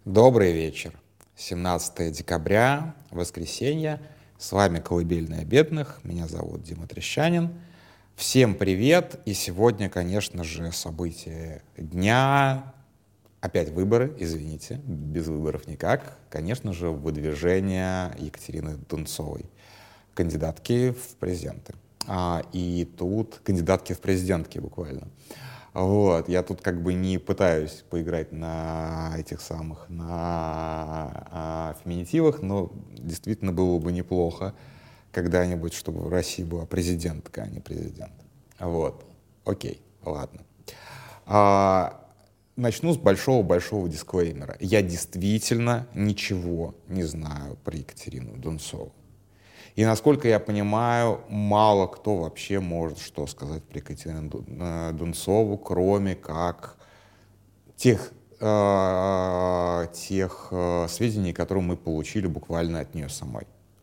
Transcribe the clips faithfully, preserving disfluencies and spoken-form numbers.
Добрый вечер. семнадцатое декабря, воскресенье. С вами «Колыбельная бедных». Меня зовут Дима Трещанин. Всем привет. И сегодня, конечно же, событие дня. Опять выборы, извините, без выборов никак. Конечно же, выдвижение Екатерины Дунцовой, кандидатки в президенты. А, и тут кандидатки в президентки буквально. Вот, я тут как бы не пытаюсь поиграть на этих самых, на а, феминитивах, но действительно было бы неплохо когда-нибудь, чтобы в России была президентка, а не президент. Вот, окей, ладно. А, начну с большого-большого дисклеймера. Я действительно ничего не знаю про Екатерину Дунцову. И, насколько я понимаю, мало кто вообще может что сказать про Екатерину Дунцову, кроме как тех, э, тех э, сведений, которые мы получили буквально от нее самой.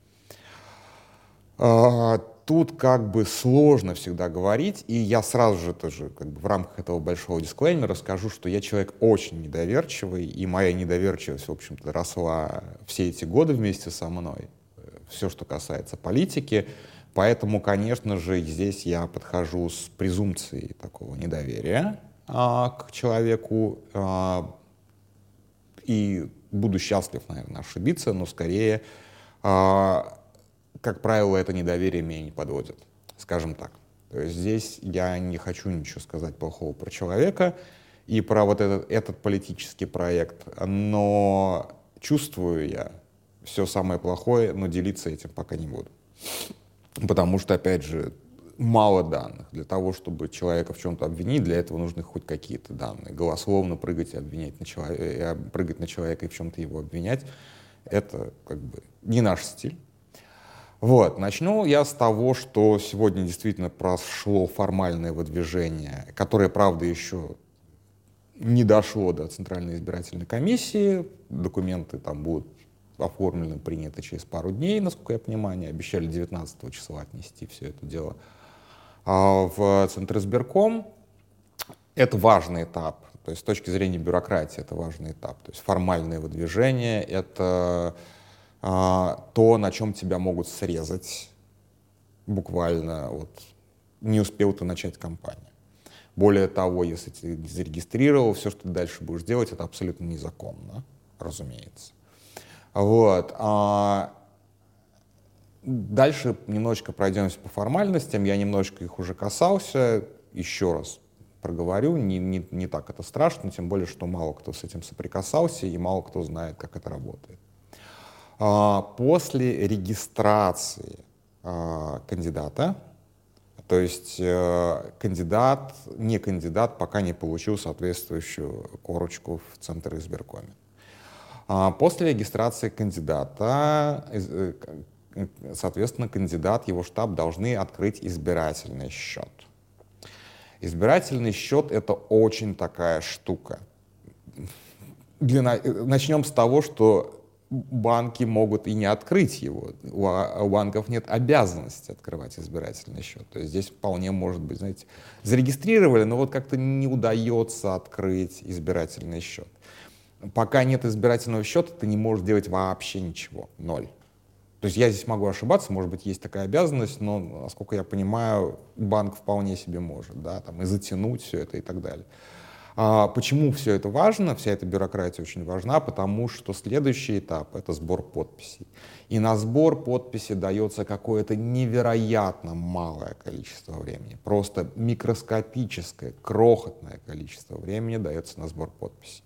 Э, тут как бы сложно всегда говорить, и я сразу же тоже как бы в рамках этого большого дисклеймера скажу, что я человек очень недоверчивый, и моя недоверчивость, в общем-то, росла все эти годы вместе со мной. Все, что касается политики. Поэтому, конечно же, здесь я подхожу с презумпцией такого недоверия а, к человеку а, и буду счастлив, наверное, ошибиться, но скорее, а, как правило, это недоверие меня не подводит, скажем так. То есть здесь я не хочу ничего сказать плохого про человека и про вот этот, этот политический проект, но чувствую я все самое плохое, но делиться этим пока не буду. Потому что, опять же, мало данных. Для того, чтобы человека в чем-то обвинить, для этого нужны хоть какие-то данные. Голословно прыгать и обвинять на человека, прыгать на человека и в чем-то его обвинять, это как бы не наш стиль. Вот. Начну я с того, что сегодня действительно прошло формальное выдвижение, которое, правда, еще не дошло до Центральной избирательной комиссии. Документы там будут оформлено, принято через пару дней, насколько я понимаю. Они обещали девятнадцатого числа отнести все это дело в Центризбирком. Это важный этап. То есть с точки зрения бюрократии это важный этап. То есть формальное выдвижение — это а, то, на чем тебя могут срезать буквально. Вот, не успел ты начать кампанию. Более того, если ты зарегистрировал, все, что ты дальше будешь делать, это абсолютно незаконно, разумеется. Вот. А дальше немножечко пройдемся по формальностям. Я немножечко их уже касался. Еще раз проговорю. Не, не, не так это страшно, тем более, что мало кто с этим соприкасался и мало кто знает, как это работает. А после регистрации а, кандидата, то есть э, кандидат, не кандидат, пока не получил соответствующую корочку в Центризбиркоме. После регистрации кандидата, соответственно, кандидат, его штаб должны открыть избирательный счет. Избирательный счет — это очень такая штука. Для, начнем с того, что банки могут и не открыть его. У, у банков нет обязанности открывать избирательный счет. То есть здесь вполне может быть, знаете, зарегистрировали, но вот как-то не удается открыть избирательный счет. Пока нет избирательного счета, ты не можешь делать вообще ничего. Ноль. То есть я здесь могу ошибаться, может быть, есть такая обязанность, но, насколько я понимаю, банк вполне себе может, да, там, и затянуть все это и так далее. А почему все это важно? Вся эта бюрократия очень важна, потому что следующий этап — это сбор подписей. И на сбор подписей дается какое-то невероятно малое количество времени. Просто микроскопическое, крохотное количество времени дается на сбор подписей.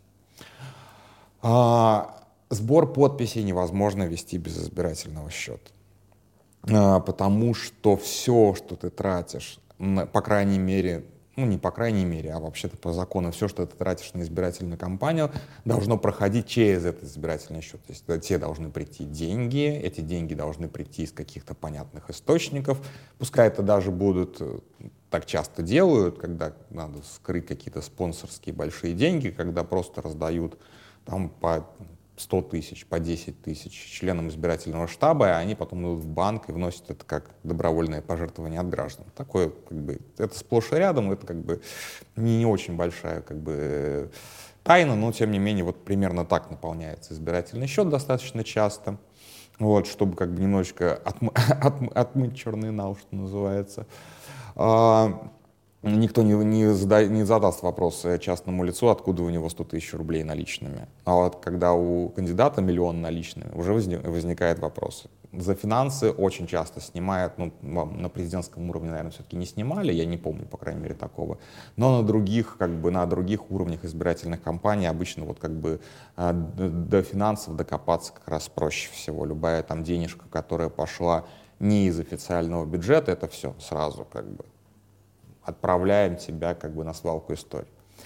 А, сбор подписей невозможно вести без избирательного счета, а, потому что все, что ты тратишь, на, по крайней мере, ну не по крайней мере, а вообще-то по закону, все, что ты тратишь на избирательную кампанию, должно проходить через этот избирательный счет. То есть те должны прийти деньги, эти деньги должны прийти из каких-то понятных источников, пускай это даже будут, так часто делают, когда надо скрыть какие-то спонсорские большие деньги, когда просто раздают там по сто тысяч, по десять тысяч членам избирательного штаба, и они потом идут в банк и вносят это как добровольное пожертвование от граждан. Такое, как бы, это сплошь и рядом, это как бы не, не очень большая как бы тайна, но тем не менее вот примерно так наполняется избирательный счет достаточно часто, вот, чтобы как бы немножечко отмы, отмы, отмыть черный нал, что называется. А, никто не, не, зада, не задаст вопрос частному лицу, откуда у него сто тысяч рублей наличными. А вот когда у кандидата миллион наличными, уже возник, возникает вопрос. За финансы очень часто снимают, ну, на президентском уровне, наверное, все-таки не снимали, я не помню, по крайней мере, такого, но на других, как бы, на других уровнях избирательных кампаний обычно вот как бы до финансов докопаться как раз проще всего. Любая там денежка, которая пошла не из официального бюджета, это все сразу как бы отправляем тебя как бы на свалку истории.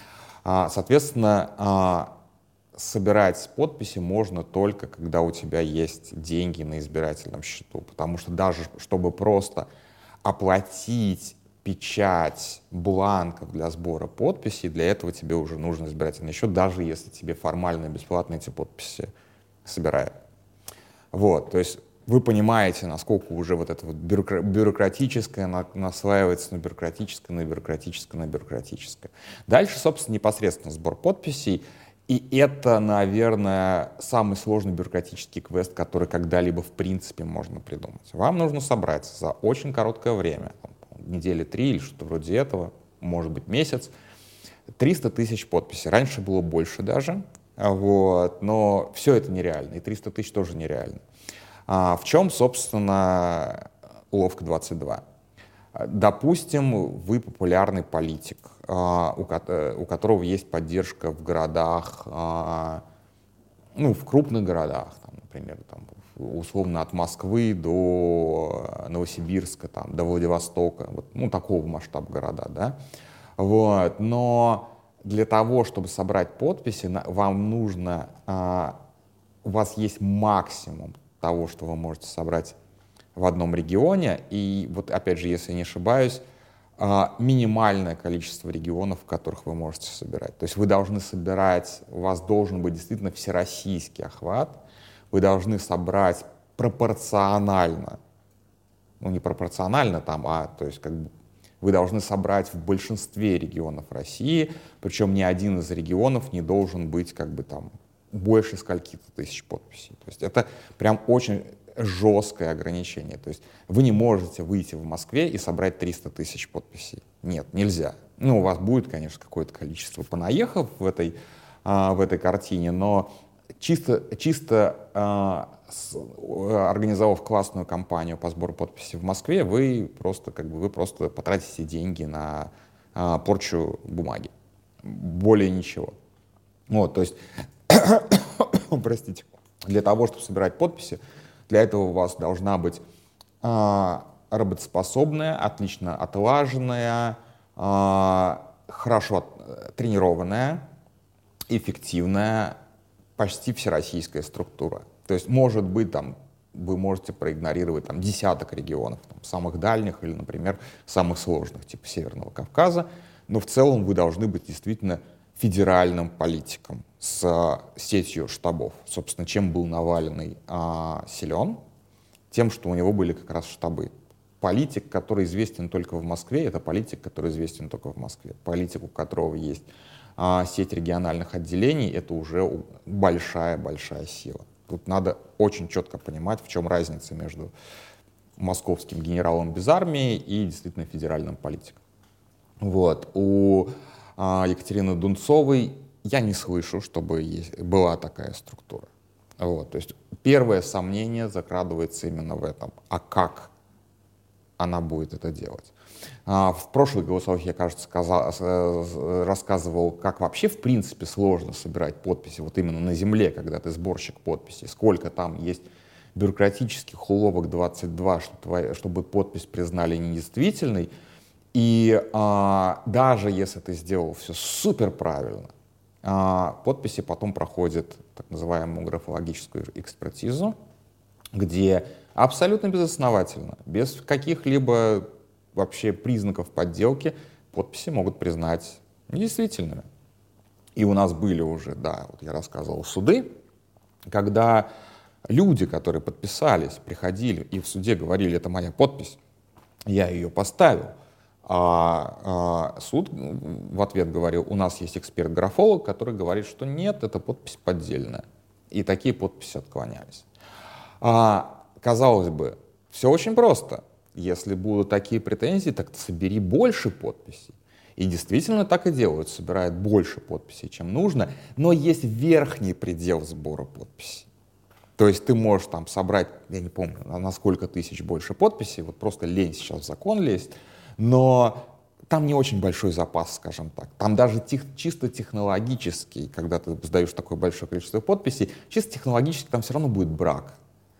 Соответственно, собирать подписи можно только, когда у тебя есть деньги на избирательном счету, потому что даже чтобы просто оплатить печать бланков для сбора подписей, для этого тебе уже нужен избирательный счет, даже если тебе формально бесплатно эти подписи собирают. Вот, то есть вы понимаете, насколько уже вот это вот бюрокра- бюрократическое на- наслаивается на бюрократическое, на бюрократическое, на бюрократическое. Дальше, собственно, непосредственно сбор подписей. И это, наверное, самый сложный бюрократический квест, который когда-либо в принципе можно придумать. Вам нужно собрать за очень короткое время, недели три или что-то вроде этого, может быть месяц, триста тысяч подписей. Раньше было больше даже, вот, но все это нереально, и триста тысяч тоже нереально. А в чем, собственно, уловка двадцать два? Допустим, вы популярный политик, у которого есть поддержка в городах, ну, в крупных городах, там, например, там, условно от Москвы до Новосибирска, там, до Владивостока, вот, ну, такого масштаба города, да, вот, но для того, чтобы собрать подписи, вам нужно, у вас есть максимум того, что вы можете собрать в одном регионе, и вот опять же, если не ошибаюсь, минимальное количество регионов, в которых вы можете собирать. То есть вы должны собирать, у вас должен быть действительно всероссийский охват, вы должны собрать пропорционально, ну не пропорционально там, а то есть как бы вы должны собрать в большинстве регионов России, причем ни один из регионов не должен быть как бы там больше скольки-то тысяч подписей. То есть это прям очень жесткое ограничение. То есть вы не можете выйти в Москве и собрать триста тысяч подписей. Нет, нельзя. Ну, у вас будет, конечно, какое-то количество понаехав в этой, а, в этой картине, но чисто, чисто а, с, организовав классную кампанию по сбору подписей в Москве, вы просто, как бы, вы просто потратите деньги на а, порчу бумаги. Более ничего. Вот, то есть, простите, для того, чтобы собирать подписи, для этого у вас должна быть э, работоспособная, отлично отлаженная, э, хорошо от, тренированная, эффективная, почти всероссийская структура. То есть, может быть, там, вы можете проигнорировать там, десяток регионов, там, самых дальних или, например, самых сложных, типа Северного Кавказа, но в целом вы должны быть действительно федеральным политиком с сетью штабов. Собственно, чем был Навальный а, силен? Тем, что у него были как раз штабы. Политик, который известен только в Москве, это политик, который известен только в Москве. Политик, у которого есть а, сеть региональных отделений, это уже большая-большая сила. Тут надо очень четко понимать, в чем разница между московским генералом без армии и действительно федеральным политиком. Вот. У Екатерины Дунцовой я не слышу, чтобы есть, была такая структура. Вот, то есть первое сомнение закрадывается именно в этом. А как она будет это делать? В прошлых голосовых я, кажется, сказал, рассказывал, как вообще в принципе сложно собирать подписи вот именно на земле, когда ты сборщик подписей, сколько там есть бюрократических уловок двадцать два, чтобы подпись признали недействительной. И а, даже если ты сделал все супер правильно, а, подписи потом проходят так называемую графологическую экспертизу, где абсолютно безосновательно, без каких-либо вообще признаков подделки, подписи могут признать недействительными. И у нас были уже, да, вот я рассказывал, суды, когда люди, которые подписались, приходили и в суде говорили: это моя подпись, я ее поставил. А, а суд в ответ говорил, у нас есть эксперт-графолог, который говорит, что нет, эта подпись поддельная. И такие подписи отклонялись. А, казалось бы, все очень просто. Если будут такие претензии, так собери больше подписей. И действительно так и делают, собирают больше подписей, чем нужно, но есть верхний предел сбора подписей. То есть ты можешь там собрать, я не помню, на сколько тысяч больше подписей, вот просто лень сейчас в закон лезть, но там не очень большой запас, скажем так. Там даже тех, чисто технологически, когда ты сдаешь такое большое количество подписей, чисто технологически там все равно будет брак.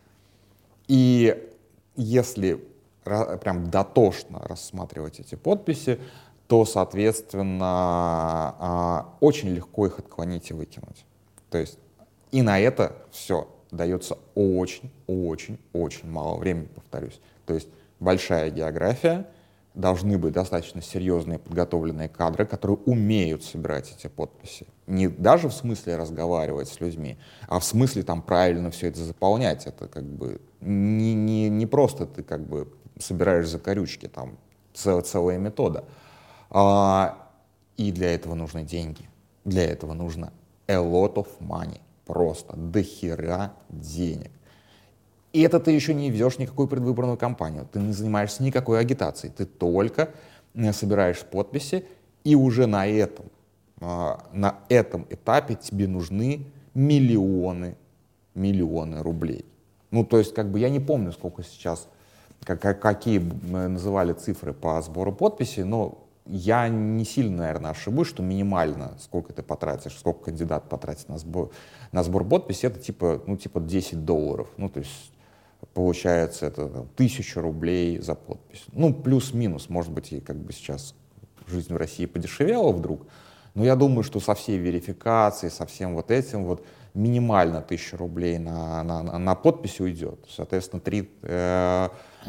И если прям дотошно рассматривать эти подписи, то, соответственно, очень легко их отклонить и выкинуть. То есть и на это все дается очень-очень-очень мало времени, повторюсь. То есть большая география, должны быть достаточно серьезные подготовленные кадры, которые умеют собирать эти подписи. Не даже в смысле разговаривать с людьми, а в смысле там правильно все это заполнять. Это как бы не, не, не просто ты как бы собираешь закорючки, там цел, целая метода. А, и для этого нужны деньги. Для этого нужно a lot of money. Просто дохера денег. И это ты еще не ведешь никакую предвыборную кампанию, ты не занимаешься никакой агитацией, ты только собираешь подписи, и уже на этом, на этом этапе тебе нужны миллионы, миллионы рублей. Ну, то есть, как бы я не помню, сколько сейчас, как, какие называли цифры по сбору подписей, но я не сильно, наверное, ошибусь, что минимально, сколько ты потратишь, сколько кандидат потратит на сбор, на сбор подписей, это типа, ну, типа десять долларов. Ну, то есть получается это там, тысяча рублей за подпись. Ну, плюс-минус, может быть, и как бы сейчас жизнь в России подешевела вдруг, но я думаю, что со всей верификацией, со всем вот этим вот минимально тысяча рублей на, на, на подпись уйдет. Соответственно, три, э,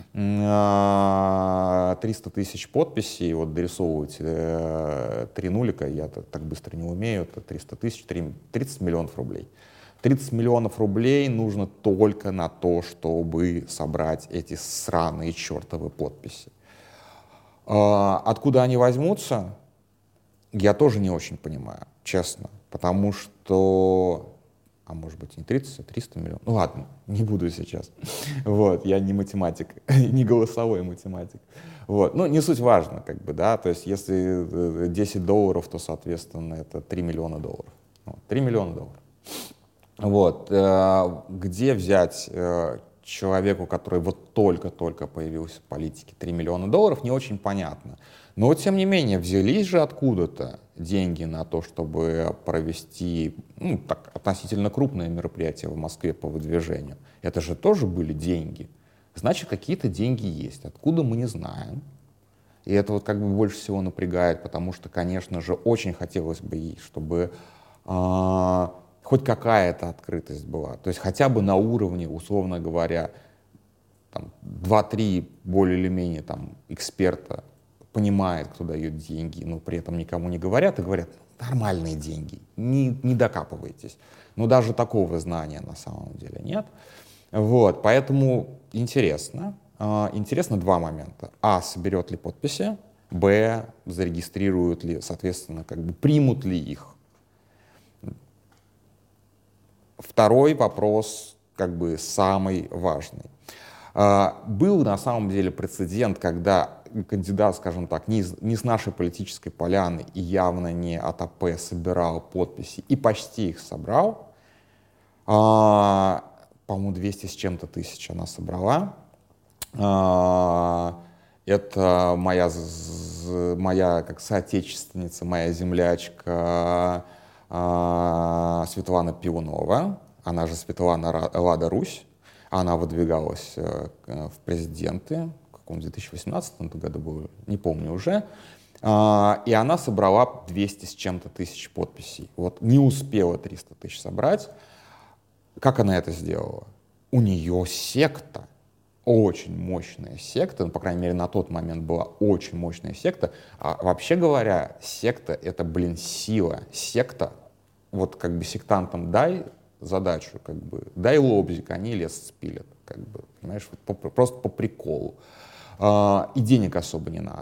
э, триста тысяч подписей, вот дорисовывать э, три нулика, я так, так быстро не умею, это триста тысяч, тридцать миллионов рублей. тридцать миллионов рублей нужно только на то, чтобы собрать эти сраные чертовы подписи. Э, откуда они возьмутся? Я тоже не очень понимаю, честно, потому что, а может быть не тридцать, а триста миллионов, ну ладно, не буду сейчас, вот, я не математик, не голосовой математик, вот, ну не суть важно, как бы, да, то есть если десять долларов, то, соответственно, это три миллиона долларов, вот, три миллиона долларов, вот, э, где взять э, человеку, который вот только-только появился в политике, три миллиона долларов, не очень понятно. Но, тем не менее, взялись же откуда-то деньги на то, чтобы провести ну, так, относительно крупное мероприятие в Москве по выдвижению. Это же тоже были деньги. Значит, какие-то деньги есть. Откуда, мы не знаем. И это вот как бы больше всего напрягает, потому что, конечно же, очень хотелось бы ей, чтобы э, хоть какая-то открытость была. То есть хотя бы на уровне, условно говоря, там, два-три более или менее там, эксперта понимает, кто дает деньги, но при этом никому не говорят, и говорят, нормальные деньги, не, не докапывайтесь. Но даже такого знания на самом деле нет. Вот, поэтому интересно. Интересно два момента. А, соберет ли подписи, б, зарегистрируют ли, соответственно, как бы примут ли их. Второй вопрос, как бы самый важный. Был на самом деле прецедент, когда кандидат, скажем так, не, из, не с нашей политической поляны и явно не от АП собирал подписи и почти их собрал. А, по-моему, двести с чем-то тысяч она собрала. А, это моя, моя как соотечественница, моя землячка а, Светлана Пионова, она же Светлана Лада Русь. Она выдвигалась э, в президенты, в каком две тысячи восемнадцатом году было, не помню уже, а, и она собрала двести с чем-то тысяч подписей. Вот не успела триста тысяч собрать. Как она это сделала? У нее секта, очень мощная секта, ну, по крайней мере, на тот момент была очень мощная секта. А вообще говоря, секта — это, блин, сила. Секта, вот как бы сектантам дай задачу, как бы, дай лобзик, они лес спилят, как бы, понимаешь, вот по, просто по приколу. А, и денег особо не надо.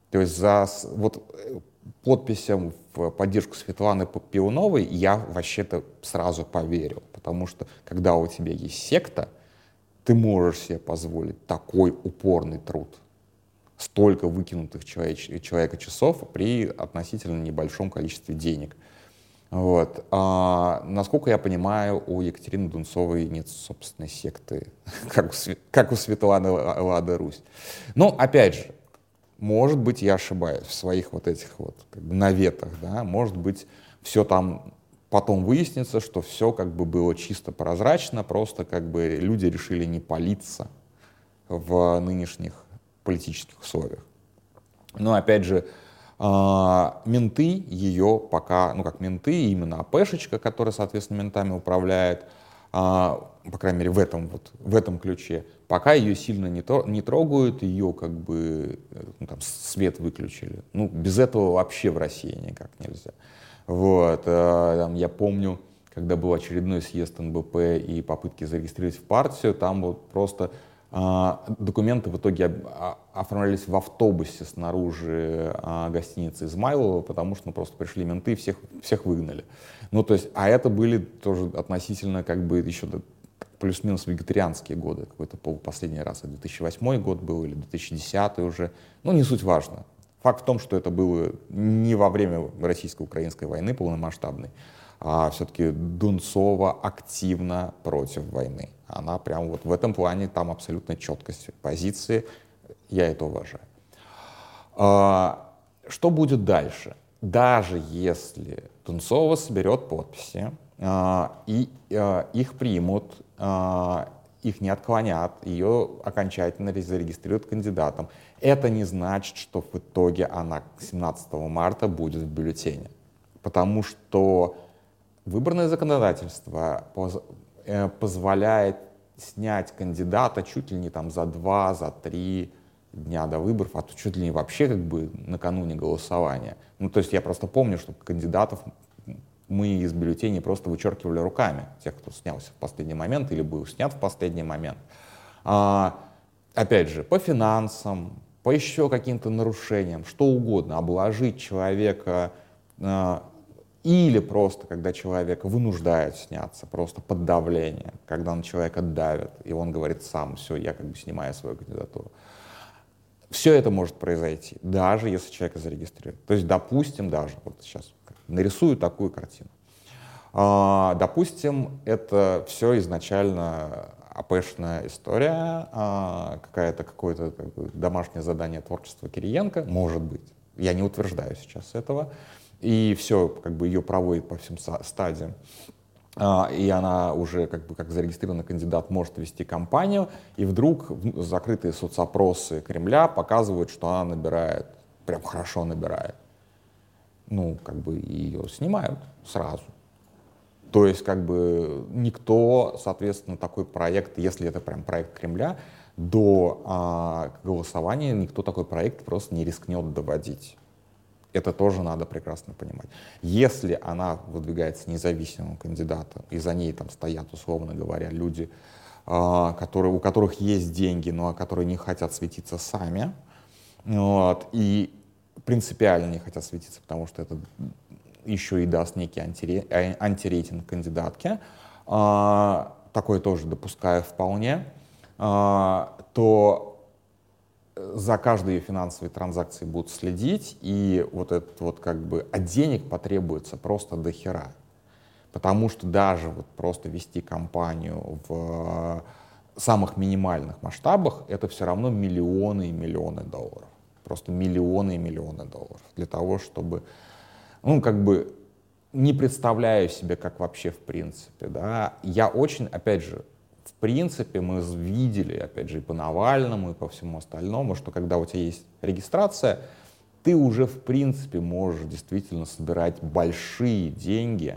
То есть за с- вот э, подписям в поддержку Светланы Пионовой я вообще-то сразу поверил, потому что когда у тебя есть секта, ты можешь себе позволить такой упорный труд, столько выкинутых человеч- человека часов при относительно небольшом количестве денег. Вот. А, насколько я понимаю, у Екатерины Дунцовой нет собственной секты, как у, Све- как у Светланы Ла- Лады Русь. Но, опять же, может быть, я ошибаюсь в своих вот этих вот как бы наветах, да, может быть, все там потом выяснится, что все как бы было чисто прозрачно, просто как бы люди решили не палиться в нынешних политических условиях. Но, опять же, а, менты ее пока, ну как менты, именно АПшечка, которая, соответственно, ментами управляет, а, по крайней мере, в этом, вот, в этом ключе, пока ее сильно не, то, не трогают, ее как бы э, ну, там, свет выключили. Ну, без этого вообще в России никак нельзя. Вот, а, там, я помню, когда был очередной съезд эн бэ пэ и попытки зарегистрировать в партию, там вот просто а, документы в итоге об- а- оформлялись в автобусе снаружи а, гостиницы Измайлова, потому что ну, просто пришли менты и всех, всех выгнали. Ну, то есть, а это были тоже относительно как бы еще до- плюс-минус вегетарианские годы. Какой-то пол- последний раз, две тысячи восьмой год был или две тысячи десятый уже. Ну, не суть важно. Факт в том, что это было не во время российско-украинской войны полномасштабной, а все-таки Дунцова активно против войны. Она прям вот в этом плане, там абсолютно четкость позиции, я это уважаю. А, Что будет дальше? Даже если Дунцова соберет подписи, а, и а, их примут, а, их не отклонят, ее окончательно зарегистрируют кандидатом, это не значит, что в итоге она семнадцатого марта будет в бюллетене. Потому что выборное законодательство поз- э, позволяет снять кандидата чуть ли не там за два, за три дня до выборов, а то чуть ли не вообще как бы накануне голосования. Ну, то есть я просто помню, что кандидатов мы из бюллетеней просто вычеркивали руками, тех, кто снялся в последний момент или был снят в последний момент. А, Опять же, по финансам, по еще каким-то нарушениям, что угодно, обложить человека а, или просто, когда человека вынуждают сняться, просто под давлением, когда на человека давят, и он говорит сам, все, я как бы снимаю свою кандидатуру. Все это может произойти, даже если человека зарегистрируют. То есть, допустим, даже, вот сейчас нарисую такую картину. А, допустим, это все изначально АПшная история, а, какая-то, какое-то как бы, домашнее задание творчества Кириенко, может быть. Я не утверждаю сейчас этого. И все, как бы ее проводит по всем стадиям. А, и она уже как бы как зарегистрированный кандидат может вести кампанию, и вдруг закрытые соцопросы Кремля показывают, что она набирает, прям хорошо набирает. Ну, как бы ее снимают сразу. То есть как бы никто, соответственно, такой проект, если это прям проект Кремля, до а, голосования никто такой проект просто не рискнет доводить. Это тоже надо прекрасно понимать. Если она выдвигается независимым кандидатом, и за ней там стоят, условно говоря, люди, а, которые, у которых есть деньги, но которые не хотят светиться сами, вот, и принципиально не хотят светиться, потому что это еще и даст некий антире, э, антирейтинг кандидатке, а, такое тоже допускаю вполне, а, то за каждой ее финансовой транзакцией будут следить, и вот этот вот как бы, а денег потребуется просто до хера. Потому что даже вот просто вести кампанию в самых минимальных масштабах, это все равно миллионы и миллионы долларов. Просто миллионы и миллионы долларов для того, чтобы, ну, как бы, не представляю себе, как вообще в принципе, да. Я очень, опять же, в принципе, мы видели, опять же, и по Навальному, и по всему остальному, что когда у тебя есть регистрация, ты уже, в принципе, можешь действительно собирать большие деньги,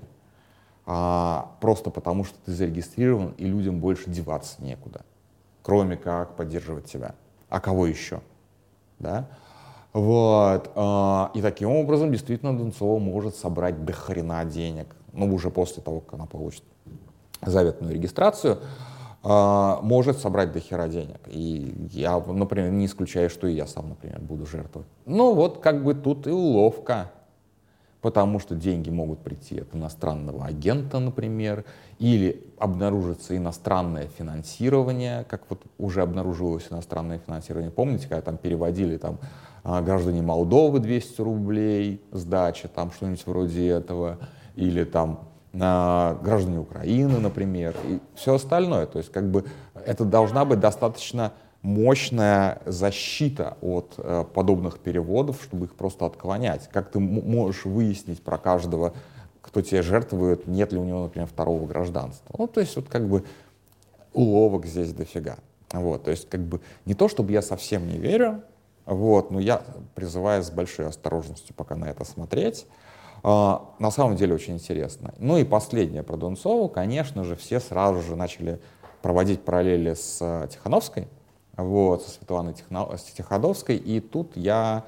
а, просто потому что ты зарегистрирован, и людям больше деваться некуда, кроме как поддерживать тебя. А кого еще? Да? Вот. а, И таким образом, действительно, Дунцова может собрать до хрена денег, ну, уже после того, как она получит заветную регистрацию. э, может собрать дохера денег. И я, например, не исключаю, что и я сам, например, буду жертвовать. Ну вот как бы тут и уловка. Потому что деньги могут прийти от иностранного агента, например, или обнаружится иностранное финансирование, как вот уже обнаружилось иностранное финансирование. Помните, когда там переводили там, граждане Молдовы двести рублей сдачи, там что-нибудь вроде этого, или там граждане Украины, например, и все остальное. То есть как бы это должна быть достаточно мощная защита от э, подобных переводов, чтобы их просто отклонять. Как ты м- можешь выяснить про каждого, кто тебе жертвует, нет ли у него, например, второго гражданства? Ну, то есть вот как бы уловок здесь дофига. Вот, то есть как бы не то, чтобы я совсем не верю, вот, но я призываю с большой осторожностью пока на это смотреть. А, на самом деле очень интересно. Ну и последнее про Донцову. Конечно же, все сразу же начали проводить параллели с uh, Тихановской, вот, со Светланой Тихановской, и тут я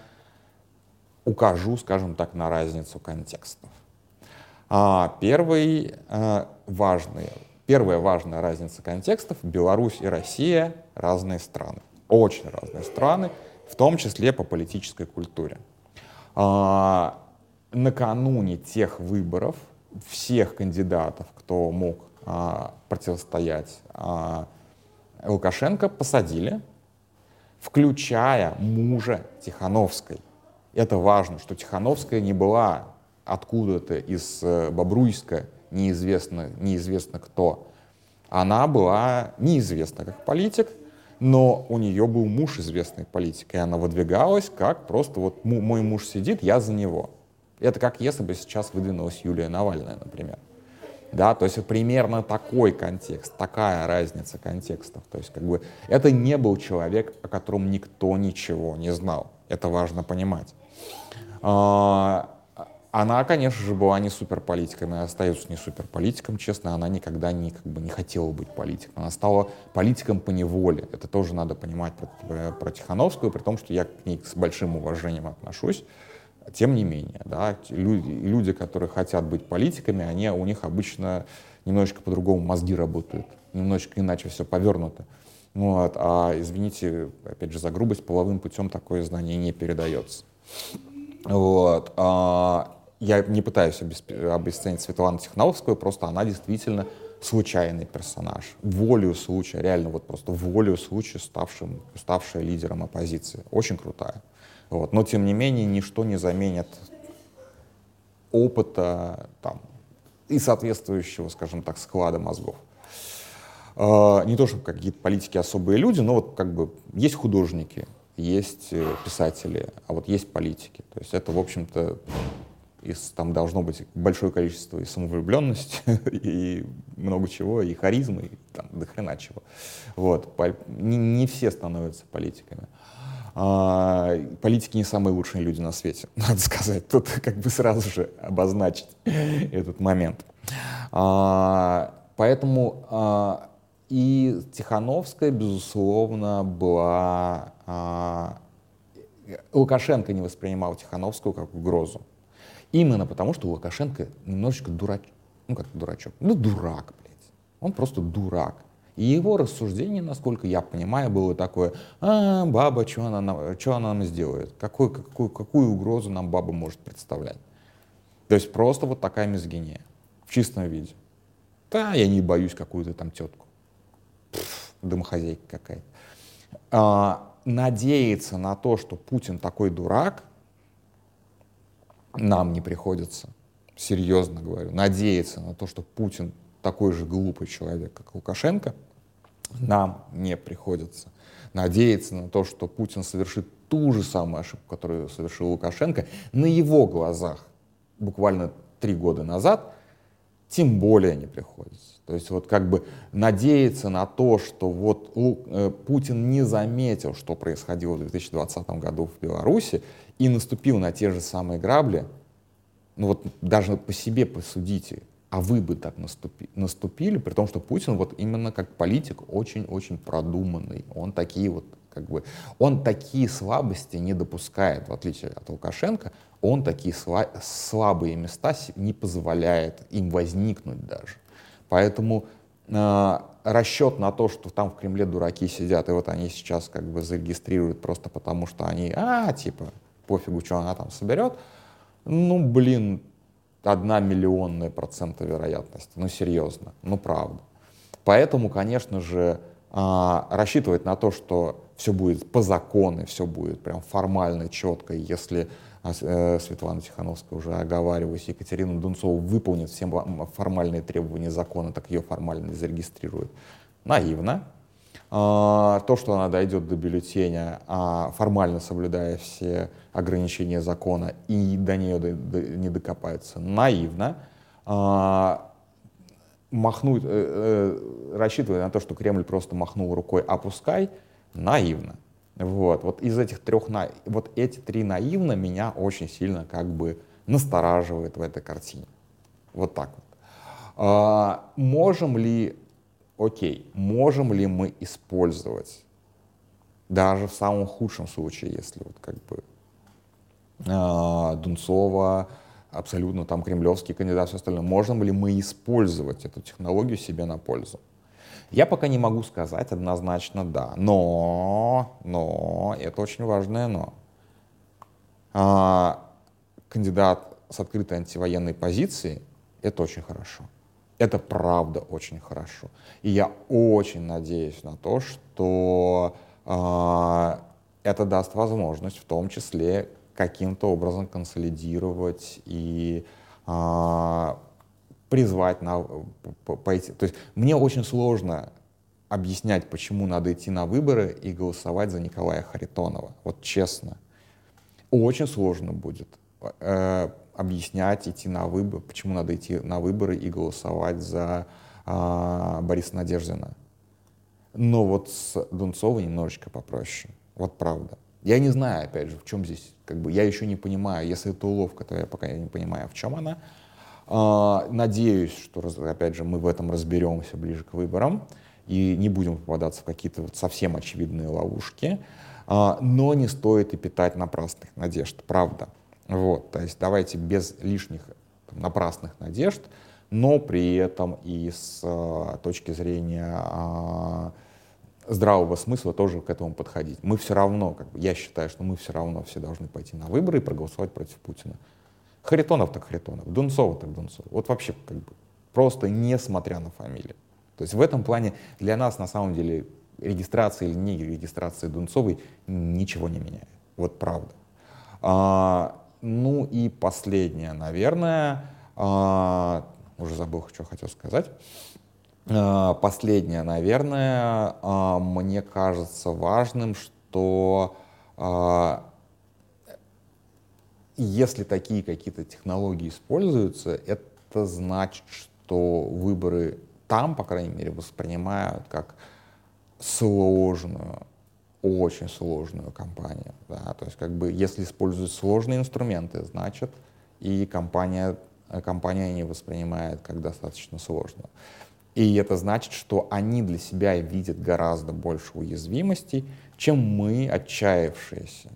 укажу, скажем так, на разницу контекстов. А, первый, а, важный, первая важная разница контекстов — Беларусь и Россия — разные страны, очень разные страны, в том числе по политической культуре. А, накануне тех выборов всех кандидатов, кто мог а, противостоять а, Лукашенко, посадили, включая мужа Тихановской. Это важно, что Тихановская не была откуда-то из Бобруйска, неизвестно, неизвестно кто. Она была неизвестна как политик, но у нее был муж известный политик, и она выдвигалась как просто вот мой муж сидит, я за него. Это как если бы сейчас выдвинулась Юлия Навальная, например. Да, то есть примерно такой контекст, такая разница контекстов. То есть как бы это не был человек, о котором никто ничего не знал. Это важно понимать. А, она, конечно же, была не суперполитиком и остается не суперполитиком, честно. Она никогда не, как бы, не хотела быть политиком. Она стала политиком по неволе. Это тоже надо понимать про, про Тихановскую, при том, что я к ней с большим уважением отношусь. Тем не менее, да, люди, люди, которые хотят быть политиками, они, у них обычно немножечко по-другому мозги работают, немножечко иначе все повернуто. Вот, а, извините, опять же, за грубость, половым путем такое знание не передается. Вот, а, я не пытаюсь обесценить Светлану Тихановскую, просто она действительно случайный персонаж, волею случая, реально вот просто волею случая ставшим, ставшая лидером оппозиции. Очень крутая. Вот. Но, тем не менее, ничто не заменит опыта там, и соответствующего, скажем так, склада мозгов. Э, не то, чтобы какие-то политики особые люди, но вот как бы есть художники, есть писатели, а вот есть политики. То есть это, в общем-то, из, там должно быть большое количество и самовлюбленности, и много чего, и харизмы, и там, до хрена чего. Вот. Не, не все становятся политиками. А, политики не самые лучшие люди на свете, надо сказать. Тут как бы сразу же обозначить этот момент. А, поэтому а, и Тихановская, безусловно, была... А, Лукашенко не воспринимал Тихановскую как угрозу. Именно потому, что Лукашенко немножечко дурачок. Ну как дурачок? Ну дурак, блядь. Он просто дурак. И его рассуждение, насколько я понимаю, было такое: а, баба, что она, нам, что она нам сделает? Какую, какую, какую угрозу нам баба может представлять? То есть просто вот такая мизогиния в чистом виде. Да, я не боюсь какую-то там тетку. Пфф, домохозяйка какая-то. А, надеяться на то, что Путин такой дурак, нам не приходится. Серьезно говорю. Надеяться на то, что Путин такой же глупый человек, как Лукашенко, нам не приходится. Надеяться на то, что Путин совершит ту же самую ошибку, которую совершил Лукашенко, на его глазах буквально три года назад, тем более не приходится. То есть вот как бы надеяться на то, что вот э, Путин не заметил, что происходило в две тысячи двадцатом году в Беларуси, и наступил на те же самые грабли, ну вот даже по себе посудите, а вы бы так наступи, наступили, при том, что Путин вот именно как политик очень-очень продуманный. Он такие вот, как бы, он такие слабости не допускает, в отличие от Лукашенко, он такие сла- слабые места не позволяет им возникнуть даже. Поэтому э, расчет на то, что там в Кремле дураки сидят, и вот они сейчас как бы зарегистрируют просто потому, что они, а, типа, пофигу, что она там соберет, ну, блин, одна миллионная процента вероятности, ну, серьезно, ну, правда. Поэтому, конечно же, а, рассчитывать на то, что все будет по закону, все будет прям формально, четко, и если э, Светлана Тихановская, уже оговариваюсь, Екатерина Дунцова выполнит все формальные требования закона, так ее формально зарегистрируют. Наивно. А, то, что она дойдет до бюллетеня, а, формально соблюдая все ограничения закона, и до нее до, до, не докопается, наивно. А, махнуть, э, э, рассчитывая на то, что Кремль просто махнул рукой «опускай», наивно. Вот, вот из этих трех, на... вот эти три наивно меня очень сильно как бы настораживает в этой картине. Вот так вот. А, можем ли, окей, можем ли мы использовать, даже в самом худшем случае, если вот как бы а, Дунцова, абсолютно там кремлевский кандидат, все остальное, можем ли мы использовать эту технологию себе на пользу? Я пока не могу сказать однозначно да, но, но, это очень важное но. А, кандидат с открытой антивоенной позицией — это очень хорошо. Это правда очень хорошо. И я очень надеюсь на то, что а, это даст возможность в том числе каким-то образом консолидировать и а, призвать на пойти. То есть мне очень сложно объяснять, почему надо идти на выборы и голосовать за Николая Харитонова. Вот честно. Очень сложно будет э, объяснять, идти на выборы, почему надо идти на выборы и голосовать за э, Бориса Надеждина. Но вот с Дунцовой немножечко попроще. Вот правда. Я не знаю, опять же, в чем здесь, как бы, я еще не понимаю, если это уловка, то я пока не понимаю, в чем она. Э, надеюсь, что, опять же, мы в этом разберемся ближе к выборам и не будем попадаться в какие-то вот совсем очевидные ловушки. Uh, но не стоит и питать напрасных надежд, правда. Вот, то есть давайте без лишних там, напрасных надежд, но при этом и с uh, точки зрения uh, здравого смысла тоже к этому подходить. Мы все равно, как бы, я считаю, что мы все равно все должны пойти на выборы и проголосовать против Путина. Харитонов так Харитонов, Дунцова так Дунцова. Вот вообще как бы просто несмотря на фамилию. То есть в этом плане для нас на самом деле регистрация или не регистрация Дунцовой ничего не меняет. Вот правда. А, ну и последнее, наверное, а, уже забыл, что хотел сказать. А, последнее, наверное, а, мне кажется важным, что а, если такие какие-то технологии используются, это значит, что выборы там, по крайней мере, воспринимают как сложную, очень сложную кампанию. Да? То есть, как бы, если используют сложные инструменты, значит, и компания, компания не воспринимает как достаточно сложную. И это значит, что они для себя видят гораздо больше уязвимостей, чем мы, отчаявшиеся,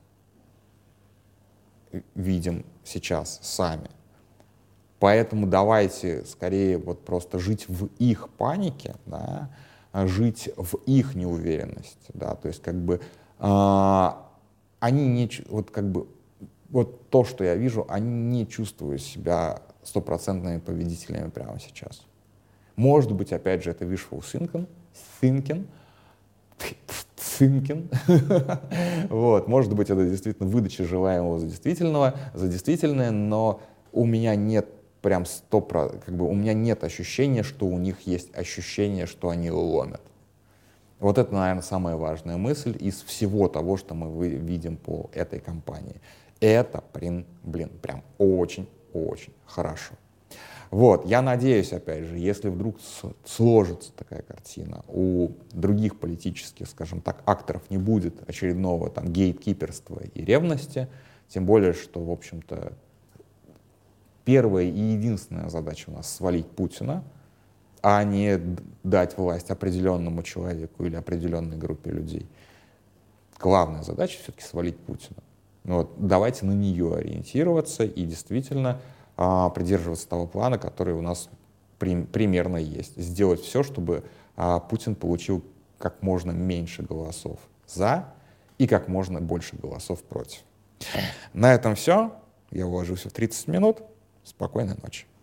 видим сейчас сами. Поэтому давайте скорее вот просто жить в их панике, да, жить в их неуверенности, да, то есть как бы э, они не, вот как бы, вот то, что я вижу, они не чувствуют себя стопроцентными победителями прямо сейчас. Может быть, опять же, это wishful thinking, thinking, thinking. Вот, может быть, это действительно выдача желаемого за действительного, за действительное, но у меня нет прям сто процентов, как бы у меня нет ощущения, что у них есть ощущение, что они ломят. Вот это, наверное, самая важная мысль из всего того, что мы видим по этой кампании. Это, блин, блин прям очень-очень хорошо. Вот, я надеюсь, опять же, если вдруг сложится такая картина, у других политических, скажем так, акторов не будет очередного там гейткиперства и ревности, тем более, что, в общем-то, первая и единственная задача у нас — свалить Путина, а не дать власть определенному человеку или определенной группе людей. Главная задача — все-таки свалить Путина. Вот, давайте на нее ориентироваться и действительно а, придерживаться того плана, который у нас при, примерно есть. Сделать все, чтобы а, Путин получил как можно меньше голосов за и как можно больше голосов против. На этом все. Я уложился в тридцать минут. Спокойной ночи.